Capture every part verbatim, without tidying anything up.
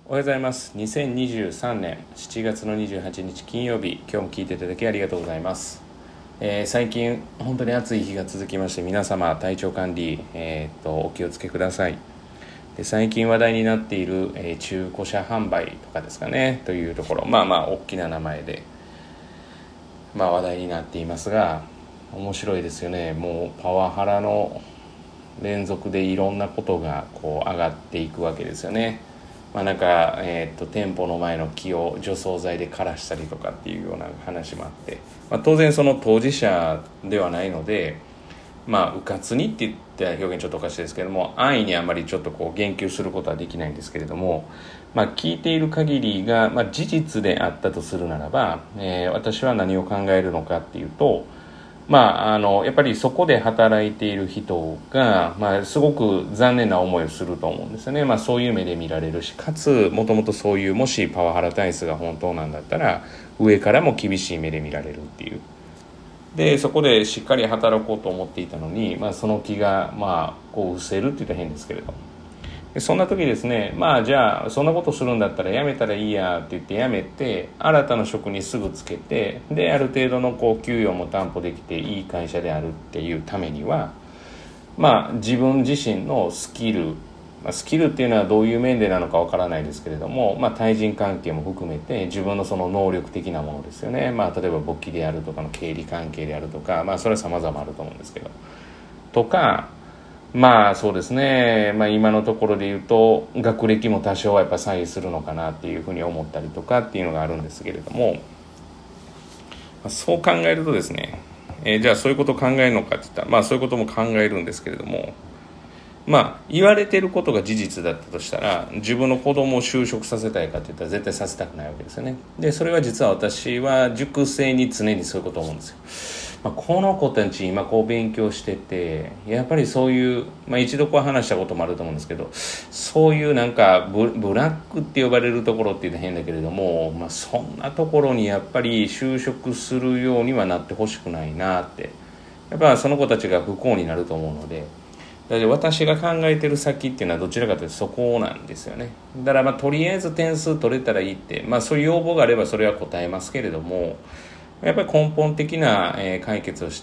おはようございます。にせんにじゅうさんねんしちがつのにじゅうはちにち金曜日、今日も聞いていただきありがとうございます。えー、最近本当に暑い日が続きまして、皆様体調管理、えー、っとお気をつけください。で最近話題になっている、えー、中古車販売とかですかねというところ、まあまあ大きな名前で、まあ、話題になっていますが、面白いですよね。もうパワハラの連続でいろんなことがこう上がっていくわけですよね。まあ、なんか、えー、と店舗の前の木を除草剤で枯らしたりとかっていうような話もあって、まあ、当然その当事者ではないので、まあうかつにって言った表現ちょっとおかしいですけども、安易にあまりちょっとこう言及することはできないんですけれども、まあ、聞いている限りが、まあ、事実であったとするならば、えー、私は何を考えるのかっていうと、まあ、あのやっぱりそこで働いている人が、まあ、すごく残念な思いをすると思うんですよね。まあ、そういう目で見られるし、かつもともとそういう、もしパワハラ体質が本当なんだったら上からも厳しい目で見られるっていう。でそこでしっかり働こうと思っていたのに、まあ、その気がまあこう失せるって言ったら変ですけれども、でそんな時ですね、まあじゃあそんなことするんだったらやめたらいいやって言ってやめて、新たな職にすぐつけて、である程度のこう給与も担保できていい会社であるっていうためには、まあ自分自身のスキル、まあ、スキルっていうのはどういう面でなのかわからないですけれども、まあ、対人関係も含めて自分のその能力的なものですよね。まあ例えば簿記であるとかの経理関係であるとか、まあそれは様々あると思うんですけど、とか、まあそうですね、まあ、今のところで言うと学歴も多少はやっぱ左右するのかなっていうふうに思ったりとかっていうのがあるんですけれども、そう考えるとですね、えー、じゃあそういうことを考えるのかって言ったら、まあそういうことも考えるんですけれども、まあ言われてることが事実だったとしたら、自分の子供を就職させたいかって言ったら絶対させたくないわけですよね。でそれは実は私は塾生に常にそういうことを思うんですよ。まあ、この子たち今こう勉強してて、やっぱりそういう、まあ、一度こう話したこともあると思うんですけど、そういうなんか ブ, ブラックって呼ばれるところっていうのは変だけれども、まあ、そんなところにやっぱり就職するようにはなってほしくないなって、やっぱその子たちが不幸になると思うので、だって私が考えてる先っていうのはどちらかというとそこなんですよね。だからまあとりあえず点数取れたらいいって、まあ、そういう要望があればそれは答えますけれども、やっぱり根本的な解決をして、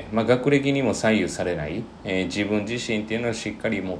まあ、学歴にも左右されない、えー、自分自身っていうのをしっかり持って、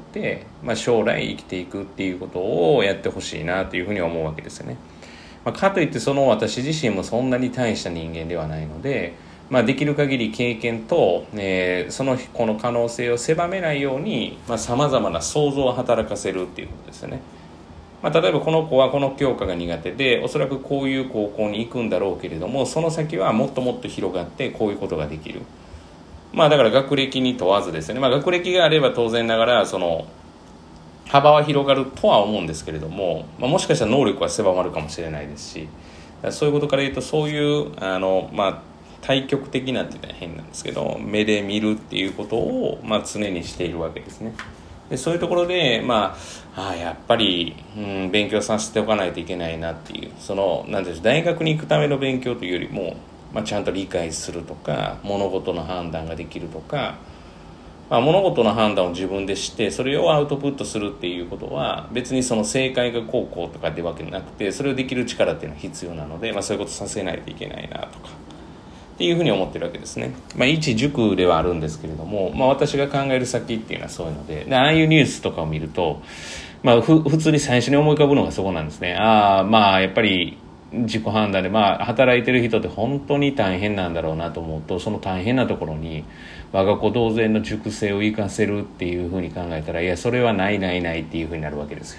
まあ、将来生きていくっていうことをやってほしいなというふうに思うわけですよね。まあ、かといってその私自身もそんなに大した人間ではないので、まあ、できる限り経験と、えー、そのこの可能性を狭めないようにさまざ、まな想像を働かせるっていうことですよね。まあ、例えばこの子はこの教科が苦手で、おそらくこういう高校に行くんだろうけれども、その先はもっともっと広がってこういうことができる。まあだから学歴に問わずですね、まあ、学歴があれば当然ながらその幅は広がるとは思うんですけれども、まあ、もしかしたら能力は狭まるかもしれないですし、そういうことから言うと、そういうあの、まあ、対極的なって言ったら変なんですけど、目で見るっていうことを、まあ、常にしているわけですね。でそういうところで、まあ、あやっぱり、うん、勉強させておかないといけないなっていう、そのなんていうんですか、大学に行くための勉強というよりも、まあ、ちゃんと理解するとか、物事の判断ができるとか、まあ、物事の判断を自分でしてそれをアウトプットするっていうことは、別にその正解がこうこうとかってわけじゃなくて、それをできる力っていうのは必要なので、まあ、そういうことさせないといけないなとかっていうふうに思ってるわけですね。まあ、一塾ではあるんですけれども、まあ、私が考える先っていうのはそういうので、でああいうニュースとかを見ると、まあ、ふ普通に最初に思い浮かぶのがそこなんですね。ああ、まあやっぱり自己判断で、まあ働いてる人って本当に大変なんだろうなと思うと、その大変なところに我が子同然の塾生を生かせるっていうふうに考えたら、いやそれはないないないっていうふうになるわけですよ。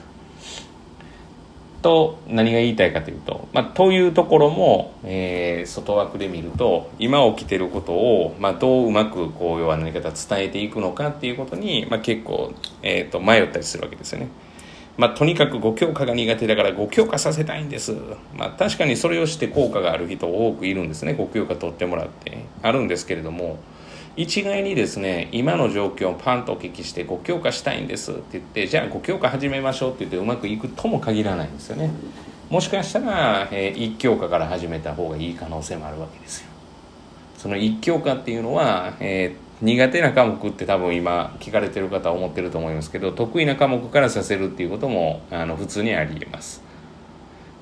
と何が言いたいかというと、まあ、というところも、えー、外枠で見ると今起きてることを、まあ、どううまくこう要は何か伝えていくのかっていうことに、まあ、結構、えー、と迷ったりするわけですよね。まあ、とにかくご教科が苦手だからご教科させたいんです、まあ、確かにそれをして効果がある人多くいるんですね。ご教科取ってもらってあるんですけれども、一概にですね、今の状況をパンとお聞きしてご教科したいんですって言って、じゃあご教科始めましょうって言ってうまくいくとも限らないんですよね。もしかしたら、えー、いち教科から始めた方がいい可能性もあるわけですよ。そのいち教科っていうのは、えー、苦手な科目って多分今聞かれてる方は思ってると思いますけど、得意な科目からさせるっていうこともあの普通にありえます。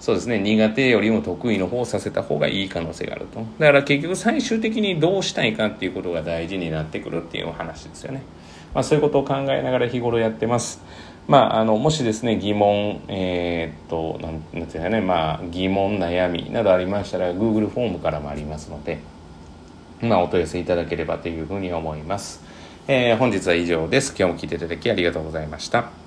そうですね、苦手よりも得意の方をさせた方がいい可能性があると。だから結局最終的にどうしたいかっていうことが大事になってくるっていう話ですよね。まあ、そういうことを考えながら日頃やってます。まあ、あのもしですね疑問、えー、っとなんなんていうかね、まあ、疑問悩みなどありましたら Google フォームからもありますので、まあ、お問い合わせいただければというふうに思います。えー、本日は以上です。今日も聞いていただきありがとうございました。